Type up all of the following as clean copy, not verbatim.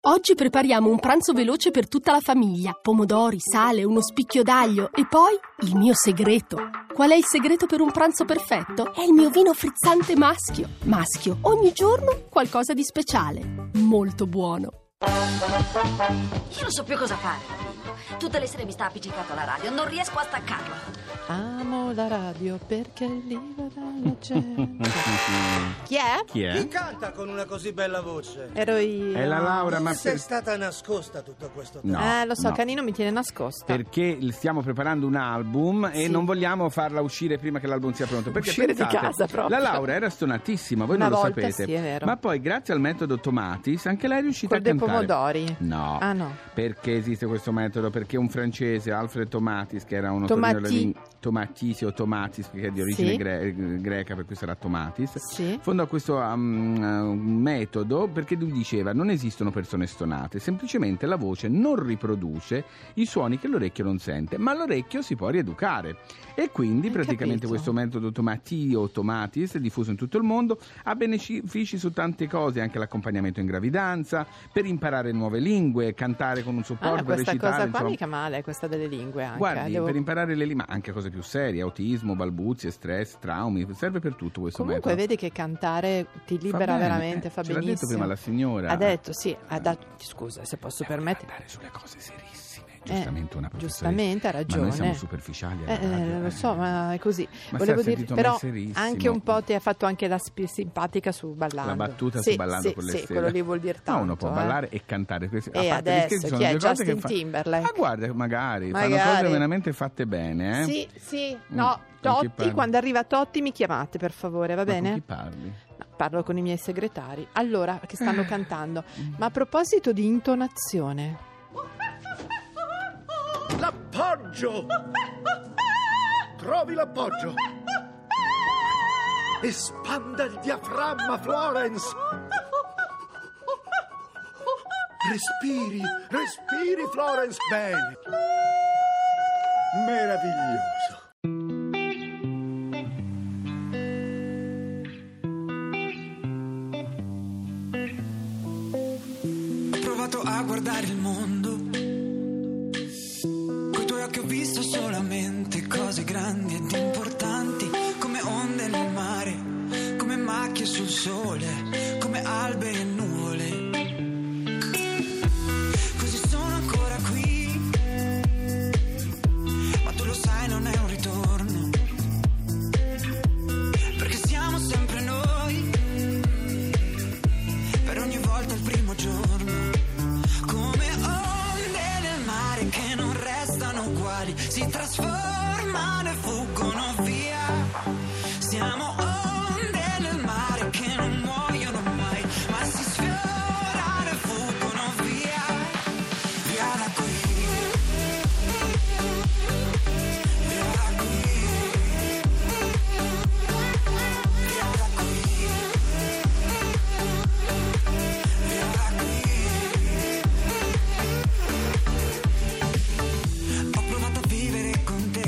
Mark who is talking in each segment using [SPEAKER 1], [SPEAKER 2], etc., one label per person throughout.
[SPEAKER 1] Oggi prepariamo un pranzo veloce per tutta la famiglia. Pomodori, sale, uno spicchio d'aglio e poi il mio segreto. Qual è il segreto per un pranzo perfetto? È il mio vino frizzante maschio. Maschio, ogni giorno qualcosa di speciale. Molto buono.
[SPEAKER 2] Io non so più cosa fare, bambino. Tutte le sere mi sta appiccicato alla radio, non riesco a staccarlo.
[SPEAKER 3] Amo la radio perché arriva dalla gente. Chi è?
[SPEAKER 4] Chi è?
[SPEAKER 5] Chi canta con una così bella voce?
[SPEAKER 3] Ero io.
[SPEAKER 4] È la Laura, ma
[SPEAKER 5] Sei stata nascosta tutto questo tempo.
[SPEAKER 4] No,
[SPEAKER 3] lo so,
[SPEAKER 4] no.
[SPEAKER 3] Canino mi tiene nascosta.
[SPEAKER 4] Perché stiamo preparando un album e
[SPEAKER 3] Sì.
[SPEAKER 4] non vogliamo farla uscire prima che l'album sia pronto. Perché
[SPEAKER 3] Uscire di
[SPEAKER 4] pensate,
[SPEAKER 3] casa proprio.
[SPEAKER 4] la Laura era stonatissima, voi
[SPEAKER 3] Una
[SPEAKER 4] non lo
[SPEAKER 3] volta
[SPEAKER 4] sapete.
[SPEAKER 3] sì, è vero.
[SPEAKER 4] Ma poi grazie al metodo Tomatis anche lei è riuscita
[SPEAKER 3] Con dei
[SPEAKER 4] a cantare.
[SPEAKER 3] pomodori?
[SPEAKER 4] No.
[SPEAKER 3] Ah, no.
[SPEAKER 4] Perché esiste questo metodo? Perché un francese, Alfred Tomatis, che era uno Tomatis o Tomatis, perché è di origine
[SPEAKER 3] Sì.
[SPEAKER 4] greca, per cui sarà Tomatis.
[SPEAKER 3] Sì.
[SPEAKER 4] Fondò questo metodo perché lui diceva: non esistono persone stonate, semplicemente la voce non riproduce i suoni che l'orecchio non sente, ma l'orecchio si può rieducare. E quindi
[SPEAKER 3] Hai
[SPEAKER 4] praticamente
[SPEAKER 3] capito?
[SPEAKER 4] questo metodo Tomati o Tomatis, diffuso in tutto il mondo, ha benefici su tante cose, anche l'accompagnamento in gravidanza, per imparare nuove lingue, cantare con un supporto, per
[SPEAKER 3] questa
[SPEAKER 4] recitare,
[SPEAKER 3] cosa qua
[SPEAKER 4] insomma.
[SPEAKER 3] mica male, questa delle lingue anche.
[SPEAKER 4] Guardi, per imparare le lingue, ma anche cose più serie, autismo, balbuzie, stress, traumi, serve per tutto questo
[SPEAKER 3] Comunque
[SPEAKER 4] metodo.
[SPEAKER 3] vedi che cantare ti libera
[SPEAKER 4] bene,
[SPEAKER 3] veramente, fa
[SPEAKER 4] ce l'ha
[SPEAKER 3] benissimo.
[SPEAKER 4] detto prima la signora.
[SPEAKER 3] Ha detto, sì, scusa, se posso permettere.
[SPEAKER 4] Andare sulle cose serissime. Giustamente una professoressa.
[SPEAKER 3] Giustamente, ha
[SPEAKER 4] Ma
[SPEAKER 3] ragione.
[SPEAKER 4] noi siamo superficiali alla radio,
[SPEAKER 3] Lo so, ma è così.
[SPEAKER 4] Ma
[SPEAKER 3] Volevo
[SPEAKER 4] sai, ho
[SPEAKER 3] dire,
[SPEAKER 4] sentito
[SPEAKER 3] però
[SPEAKER 4] me serissimo.
[SPEAKER 3] anche un po' ti ha fatto anche la simpatica su ballando.
[SPEAKER 4] La battuta
[SPEAKER 3] sì,
[SPEAKER 4] su ballando
[SPEAKER 3] sì,
[SPEAKER 4] con le
[SPEAKER 3] sì,
[SPEAKER 4] stelle.
[SPEAKER 3] quello lì vuol dire tanto.
[SPEAKER 4] No, uno può ballare e cantare. A
[SPEAKER 3] E
[SPEAKER 4] parte gli
[SPEAKER 3] adesso,
[SPEAKER 4] scherzi, sono
[SPEAKER 3] chi è?
[SPEAKER 4] due cose
[SPEAKER 3] Justin
[SPEAKER 4] che
[SPEAKER 3] Timberlake?
[SPEAKER 4] Ma guarda, magari fanno
[SPEAKER 3] Magari.
[SPEAKER 4] cose veramente fatte bene, eh?
[SPEAKER 3] Sì, sì, no,
[SPEAKER 4] con chi
[SPEAKER 3] Totti,
[SPEAKER 4] parli?
[SPEAKER 3] quando arriva Totti mi chiamate per favore, va
[SPEAKER 4] Ma
[SPEAKER 3] bene?
[SPEAKER 4] con chi parli?
[SPEAKER 3] No, parlo con i miei segretari. Allora, che stanno cantando. Ma a proposito di intonazione,
[SPEAKER 5] L'appoggio! Trovi l'appoggio! Espanda il diaframma, Florence! Respiri, Florence, bene! Meraviglioso!
[SPEAKER 6] Ho provato a guardare il mondo, coi tuoi occhi ho visto solamente cose grandi ed importanti, come onde nel mare, come macchie sul sole, come alberi e nuvole. Così sono ancora qui, ma tu lo sai non è un ritorno, perché siamo sempre noi, per ogni volta il primo giorno, come onde nel mare che non restano uguali, si trasformano e fuggono via. Siamo onde nel mare che non muoiono mai, ma si sfiorano e fuggono via. Via da qui. Via da qui. Via da qui. Via da qui. Ho provato a vivere con te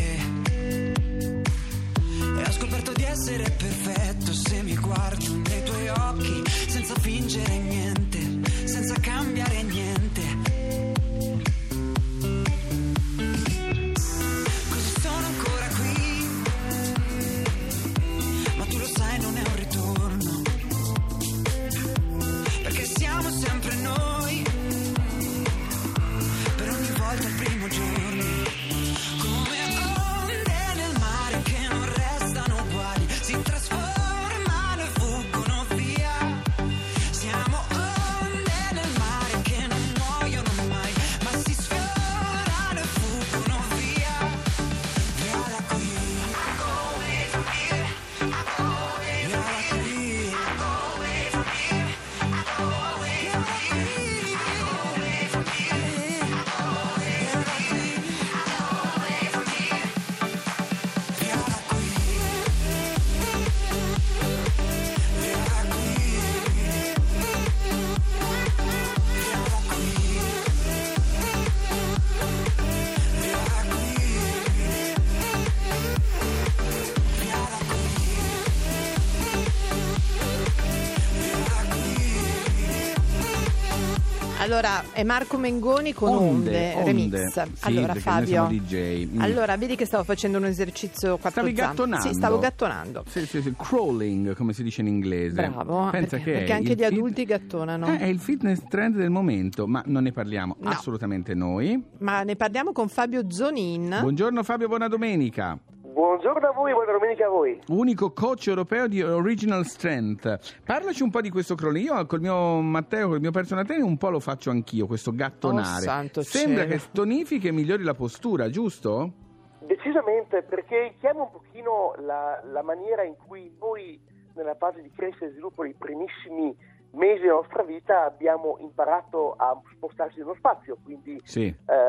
[SPEAKER 3] Allora, è Marco Mengoni con Onde. Remix.
[SPEAKER 4] Sì,
[SPEAKER 3] allora,
[SPEAKER 4] perché
[SPEAKER 3] Fabio,
[SPEAKER 4] noi siamo DJ.
[SPEAKER 3] allora, vedi che stavo facendo un esercizio quattro
[SPEAKER 4] Stavi
[SPEAKER 3] zampe.
[SPEAKER 4] gattonando?
[SPEAKER 3] Sì, stavo gattonando.
[SPEAKER 4] Sì, crawling, come si dice in inglese.
[SPEAKER 3] Bravo,
[SPEAKER 4] Pensa
[SPEAKER 3] perché
[SPEAKER 4] che
[SPEAKER 3] anche gli adulti gattonano.
[SPEAKER 4] È il fitness trend del momento, ma non ne parliamo
[SPEAKER 3] No.
[SPEAKER 4] assolutamente noi.
[SPEAKER 3] Ma ne parliamo con Fabio Zonin.
[SPEAKER 4] Buongiorno Fabio, buona domenica.
[SPEAKER 7] Buongiorno a voi, buona domenica a voi.
[SPEAKER 4] Unico coach europeo di Original Strength. Parlaci un po' di questo crawling. Io col mio Matteo, col mio personal trainer, un po' lo faccio anch'io, questo gattonare.
[SPEAKER 3] Oh, santo
[SPEAKER 4] Sembra
[SPEAKER 3] cielo.
[SPEAKER 4] che tonifichi e migliori la postura, giusto?
[SPEAKER 7] Decisamente, perché richiama un pochino la maniera in cui noi nella fase di crescita e sviluppo dei primissimi mesi della nostra vita abbiamo imparato a spostarci nello spazio, quindi
[SPEAKER 4] Sì.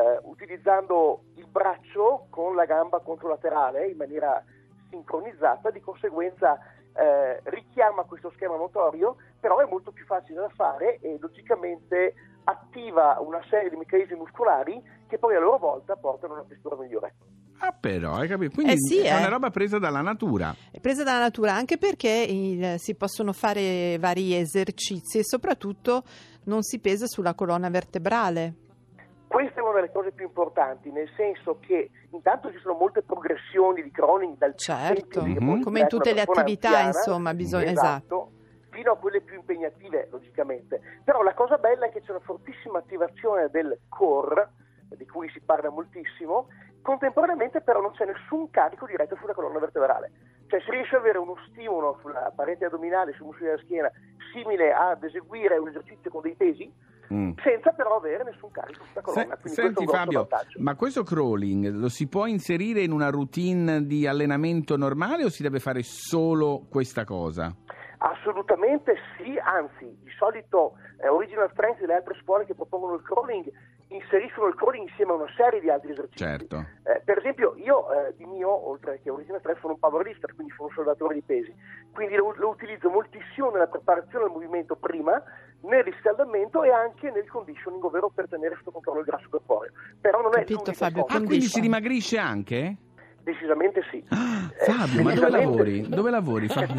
[SPEAKER 7] utilizzando il braccio con la gamba controlaterale in maniera sincronizzata, di conseguenza richiama questo schema motorio, però è molto più facile da fare e logicamente attiva una serie di meccanismi muscolari che poi a loro volta portano a una postura migliore.
[SPEAKER 4] Ah, però, hai capito? Quindi
[SPEAKER 3] sì,
[SPEAKER 4] è una roba presa dalla natura.
[SPEAKER 3] È presa dalla natura, anche perché si possono fare vari esercizi e soprattutto non si pesa sulla colonna vertebrale.
[SPEAKER 7] Questa è una delle cose più importanti, nel senso che intanto ci sono molte progressioni di crawling dal più
[SPEAKER 3] Certo,
[SPEAKER 7] semplice, che può
[SPEAKER 3] come in
[SPEAKER 7] essere
[SPEAKER 3] tutte
[SPEAKER 7] una
[SPEAKER 3] le
[SPEAKER 7] persona
[SPEAKER 3] attività,
[SPEAKER 7] anziana,
[SPEAKER 3] insomma, bisogna
[SPEAKER 7] esatto, fino a quelle più impegnative, logicamente. Però la cosa bella è che c'è una fortissima attivazione del core, di cui si parla moltissimo, contemporaneamente però non c'è nessun carico diretto sulla colonna vertebrale. Cioè si riesce ad avere uno stimolo sulla parete addominale, sui muscoli della schiena, simile ad eseguire un esercizio con dei pesi, senza però avere nessun carico sulla colonna. Quindi
[SPEAKER 4] Senti
[SPEAKER 7] questo è un grosso
[SPEAKER 4] Fabio,
[SPEAKER 7] vantaggio.
[SPEAKER 4] ma questo crawling lo si può inserire in una routine di allenamento normale o si deve fare solo questa cosa?
[SPEAKER 7] Assolutamente sì, anzi, di solito Original Strength e le altre scuole che propongono il crawling inseriscono il crawling insieme a una serie di altri esercizi.
[SPEAKER 4] Certo.
[SPEAKER 7] Per esempio io di mio, oltre che Original Strength, sono un powerlifter, quindi sono un soldatore di pesi, quindi lo utilizzo moltissimo nella preparazione al movimento prima, nel riscaldamento e anche nel conditioning, ovvero per tenere sotto controllo il grasso corporeo. Però non
[SPEAKER 3] Capito,
[SPEAKER 7] è l'unico
[SPEAKER 3] Fabio,
[SPEAKER 7] cosa.
[SPEAKER 4] Ah, quindi si dimagrisce anche?
[SPEAKER 7] Decisamente sì.
[SPEAKER 4] Fabio, ma dove lavori? Dove lavori Fabio?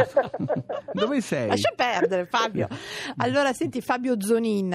[SPEAKER 4] Dove sei?
[SPEAKER 3] Lascia perdere, Fabio. Allora, senti, Fabio Zonin,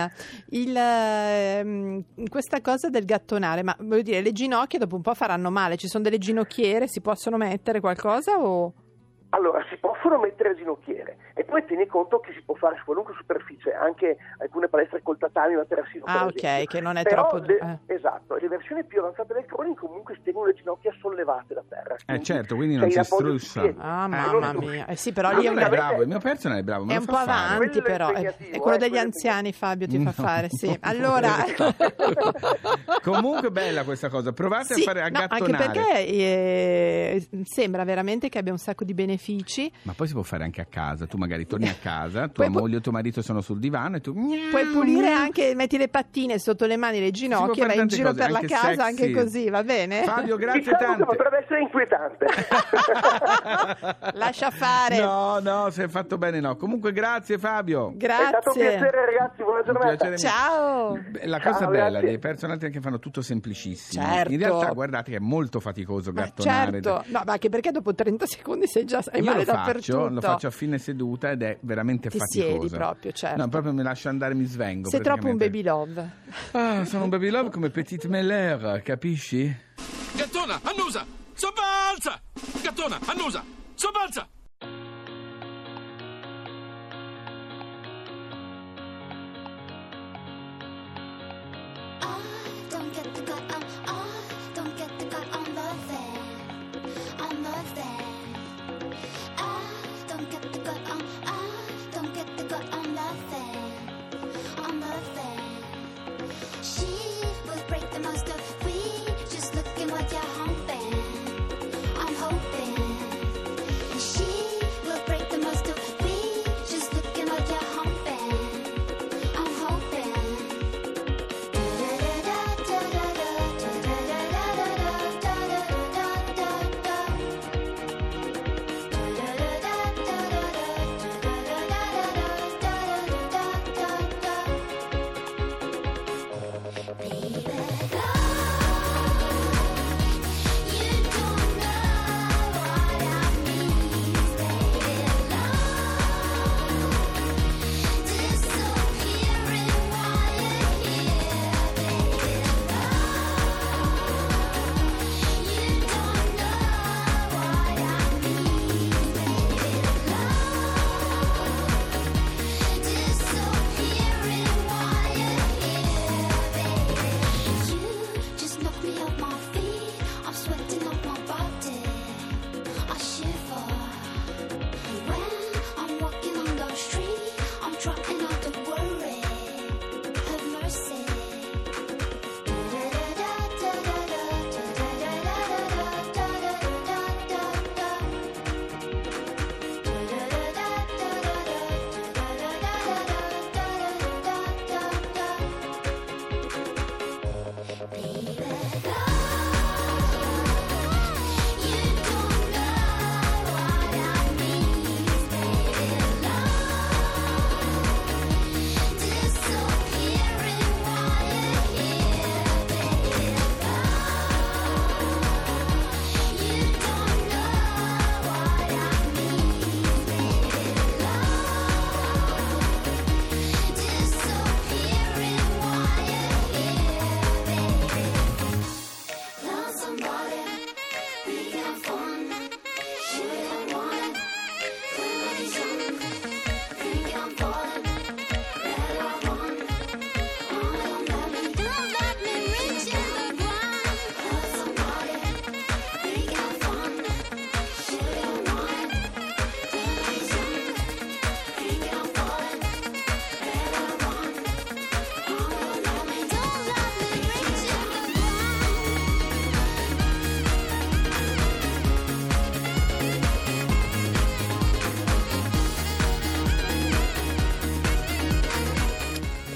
[SPEAKER 3] questa cosa del gattonare, ma voglio dire, le ginocchia dopo un po' faranno male, ci sono delle ginocchiere, si possono mettere qualcosa o...
[SPEAKER 7] Allora, si possono mettere ginocchiere e poi tieni conto che si può fare su qualunque superficie, anche alcune palestre col tatami, materassino.
[SPEAKER 3] Ah,
[SPEAKER 7] per esempio.
[SPEAKER 3] ok, che non è
[SPEAKER 7] Però
[SPEAKER 3] troppo...
[SPEAKER 7] Esatto, le versioni più avanzate del crawling comunque si tengono le ginocchia sollevate da terra.
[SPEAKER 4] Certo, quindi non si struscia.
[SPEAKER 3] Ah, mamma mia. Sì, però lì è
[SPEAKER 4] Allora è bravo, il mio personal è bravo, me
[SPEAKER 3] è
[SPEAKER 4] lo
[SPEAKER 3] un
[SPEAKER 4] fa
[SPEAKER 3] po'
[SPEAKER 4] fare.
[SPEAKER 3] avanti,
[SPEAKER 7] Quello è
[SPEAKER 3] però è
[SPEAKER 7] impegnativo,
[SPEAKER 3] quello degli
[SPEAKER 7] quello è
[SPEAKER 3] anziani, Fabio, ti fa
[SPEAKER 4] No,
[SPEAKER 3] fare, sì.
[SPEAKER 4] no.
[SPEAKER 3] Allora
[SPEAKER 4] Comunque bella questa cosa, provate
[SPEAKER 3] sì,
[SPEAKER 4] a fare a
[SPEAKER 3] no, anche
[SPEAKER 4] gattonare.
[SPEAKER 3] perché sembra veramente che abbia un sacco di benefici.
[SPEAKER 4] Ma poi si può fare anche a casa, tu magari torni a casa, tua
[SPEAKER 3] Poi
[SPEAKER 4] moglie o tuo marito sono sul divano e tu...
[SPEAKER 3] Puoi pulire anche, metti le pattine sotto le mani, le ginocchia,
[SPEAKER 4] fare
[SPEAKER 3] vai in
[SPEAKER 4] tante
[SPEAKER 3] giro
[SPEAKER 4] cose,
[SPEAKER 3] per la
[SPEAKER 4] anche
[SPEAKER 3] casa,
[SPEAKER 4] sexy.
[SPEAKER 3] anche così, va bene?
[SPEAKER 4] Fabio, grazie
[SPEAKER 7] Diciamo che
[SPEAKER 4] tante.
[SPEAKER 7] potrebbe essere inquietante.
[SPEAKER 3] Lascia fare.
[SPEAKER 4] No, sei fatto bene, no. Comunque grazie Fabio.
[SPEAKER 7] È stato un
[SPEAKER 3] Grazie.
[SPEAKER 7] piacere, ragazzi, buona giornata.
[SPEAKER 4] piacere.
[SPEAKER 3] Ciao.
[SPEAKER 4] La
[SPEAKER 7] Ciao,
[SPEAKER 4] cosa bella
[SPEAKER 7] grazie.
[SPEAKER 4] dei personal trainer che fanno tutto semplicissimo.
[SPEAKER 3] Certo.
[SPEAKER 4] In realtà guardate che è molto faticoso
[SPEAKER 3] Ma
[SPEAKER 4] gattonare.
[SPEAKER 3] certo, no, ma anche perché dopo 30 secondi sei
[SPEAKER 4] Io
[SPEAKER 3] male
[SPEAKER 4] lo
[SPEAKER 3] dappertutto.
[SPEAKER 4] faccio a fine seduta ed è veramente
[SPEAKER 3] Ti
[SPEAKER 4] faticoso.
[SPEAKER 3] siedi proprio, certo.
[SPEAKER 4] No, proprio mi lascio andare, mi svengo.
[SPEAKER 3] Sei troppo un
[SPEAKER 4] praticamente.
[SPEAKER 3] baby love.
[SPEAKER 4] Ah, sono un baby love come Petite Meller, capisci?
[SPEAKER 8] Gattona, annusa! Sobbalza! Gattona, annusa! Sobbalza!
[SPEAKER 9] Don't get the cut don't get the cut on the van, on the van. Don't get the cut don't get the cut on the van, on the van. She will break the most of we, just looking what you're humping. I'm hoping. And she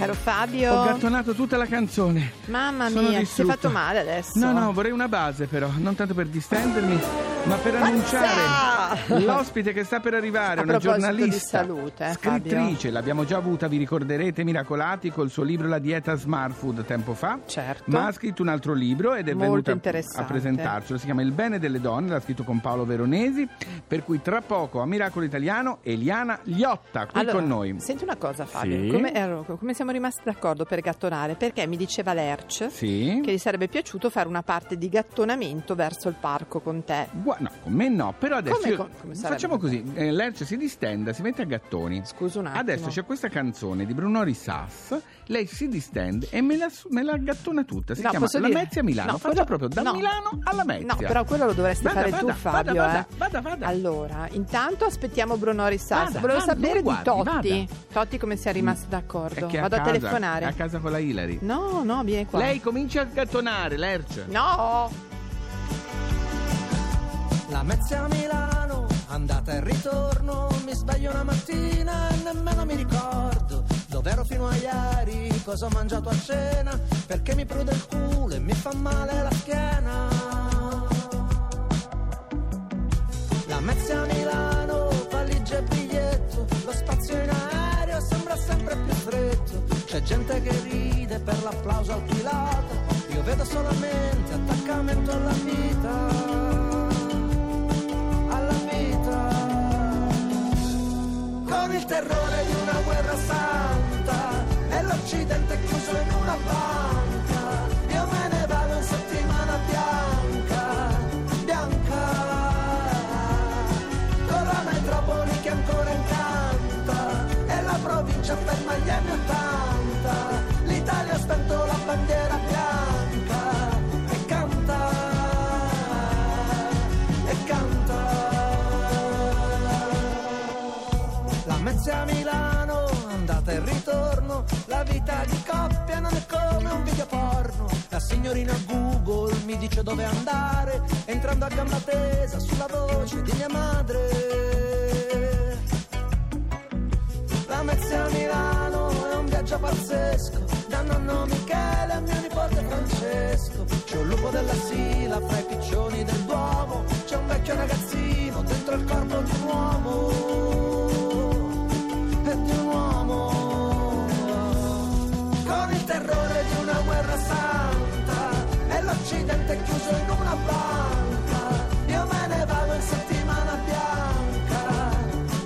[SPEAKER 3] Caro Fabio.
[SPEAKER 4] Ho gattonato tutta la canzone.
[SPEAKER 3] Mamma
[SPEAKER 4] Sono
[SPEAKER 3] mia, ti sei
[SPEAKER 4] distrutto.
[SPEAKER 3] fatto male adesso.
[SPEAKER 4] No, vorrei una base però, non tanto per distendermi, ma per annunciare l'ospite che sta per arrivare,
[SPEAKER 3] A
[SPEAKER 4] una
[SPEAKER 3] proposito di
[SPEAKER 4] giornalista,
[SPEAKER 3] salute,
[SPEAKER 4] scrittrice, l'abbiamo già avuta, vi ricorderete, Miracolati, col suo libro La dieta Smart Food tempo fa.
[SPEAKER 3] Certo.
[SPEAKER 4] Ma ha scritto un altro libro ed è
[SPEAKER 3] Molto
[SPEAKER 4] venuta
[SPEAKER 3] interessante.
[SPEAKER 4] a presentarcelo, si chiama Il bene delle donne, l'ha scritto con Paolo Veronesi, per cui tra poco a Miracolo Italiano Eliana Liotta qui
[SPEAKER 3] Allora,
[SPEAKER 4] con noi.
[SPEAKER 3] senti una cosa, Fabio,
[SPEAKER 4] Sì.
[SPEAKER 3] come siamo rimasti d'accordo per gattonare? Perché mi diceva Lerch
[SPEAKER 4] Sì.
[SPEAKER 3] che gli sarebbe piaciuto fare una parte di gattonamento verso il parco con te.
[SPEAKER 4] No, con me no, però adesso
[SPEAKER 3] Come sarebbe?
[SPEAKER 4] facciamo così, Lerch si distenda, si mette a gattoni.
[SPEAKER 3] Scusa un attimo.
[SPEAKER 4] Adesso c'è questa canzone di Bruno Risas, lei si distende e me la gattona tutta, si
[SPEAKER 3] No,
[SPEAKER 4] chiama
[SPEAKER 3] posso
[SPEAKER 4] La
[SPEAKER 3] dire-
[SPEAKER 4] Mezia Milano,
[SPEAKER 3] no,
[SPEAKER 4] faccia
[SPEAKER 3] quello-
[SPEAKER 4] proprio da
[SPEAKER 3] no.
[SPEAKER 4] Milano alla Mezia.
[SPEAKER 3] No, però quello lo dovresti
[SPEAKER 4] Vada,
[SPEAKER 3] fare tu,
[SPEAKER 4] vada,
[SPEAKER 3] Fabio.
[SPEAKER 4] vada.
[SPEAKER 3] Allora, intanto aspettiamo Bruno Risas.
[SPEAKER 4] Vada,
[SPEAKER 3] Volevo
[SPEAKER 4] vada,
[SPEAKER 3] sapere
[SPEAKER 4] non
[SPEAKER 3] di
[SPEAKER 4] guardi,
[SPEAKER 3] Totti. Totti come si è rimasti d'accordo?
[SPEAKER 4] È che è
[SPEAKER 3] Vado a
[SPEAKER 4] casa,
[SPEAKER 3] telefonare.
[SPEAKER 4] è a casa con la Hilary.
[SPEAKER 3] No, vieni qua.
[SPEAKER 4] Lei comincia a gattonare, Lerch.
[SPEAKER 3] No!
[SPEAKER 10] La Mezia a Milano, andata e ritorno, mi sveglio una mattina e nemmeno mi ricordo dove ero fino a ieri, cosa ho mangiato a cena, perché mi prude il culo e mi fa male la schiena. La Mezia a Milano, valigia e biglietto, lo spazio in aereo sembra sempre più stretto, c'è gente che ride per l'applauso al pilota, io vedo solamente attaccamento alla vita. Con il terrore di una guerra santa e l'Occidente chiuso in una banca, io me ne vado in settimana bianca, con la metropoli che ancora incanta e la provincia ferma gli anni '80, l'Italia ha spento la bandiera bianca e canta, e canta. La Mezia a Milano, andata e ritorno, la vita di coppia non è come un video porno. La signorina Google mi dice dove andare, entrando a gamba tesa sulla voce di mia madre. La Mezia a Milano è un viaggio pazzesco, da nonno Michele a mio nipote Francesco. C'è un lupo della Sila fra i piccioni del Duomo, c'è un vecchio ragazzino dentro il corpo di un uomo. Di un uomo con il terrore di una guerra santa e l'Occidente chiuso in una banca, io me ne vado in settimana bianca,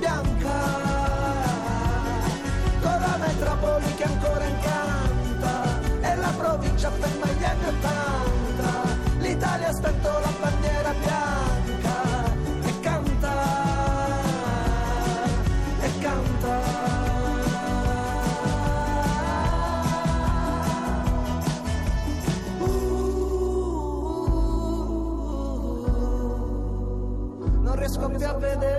[SPEAKER 10] con la metropoli che ancora incanta e la provincia ferma gli anni '80, l'Italia ha spento la bandiera bianca e canta, e canta. Non riesco più a vedere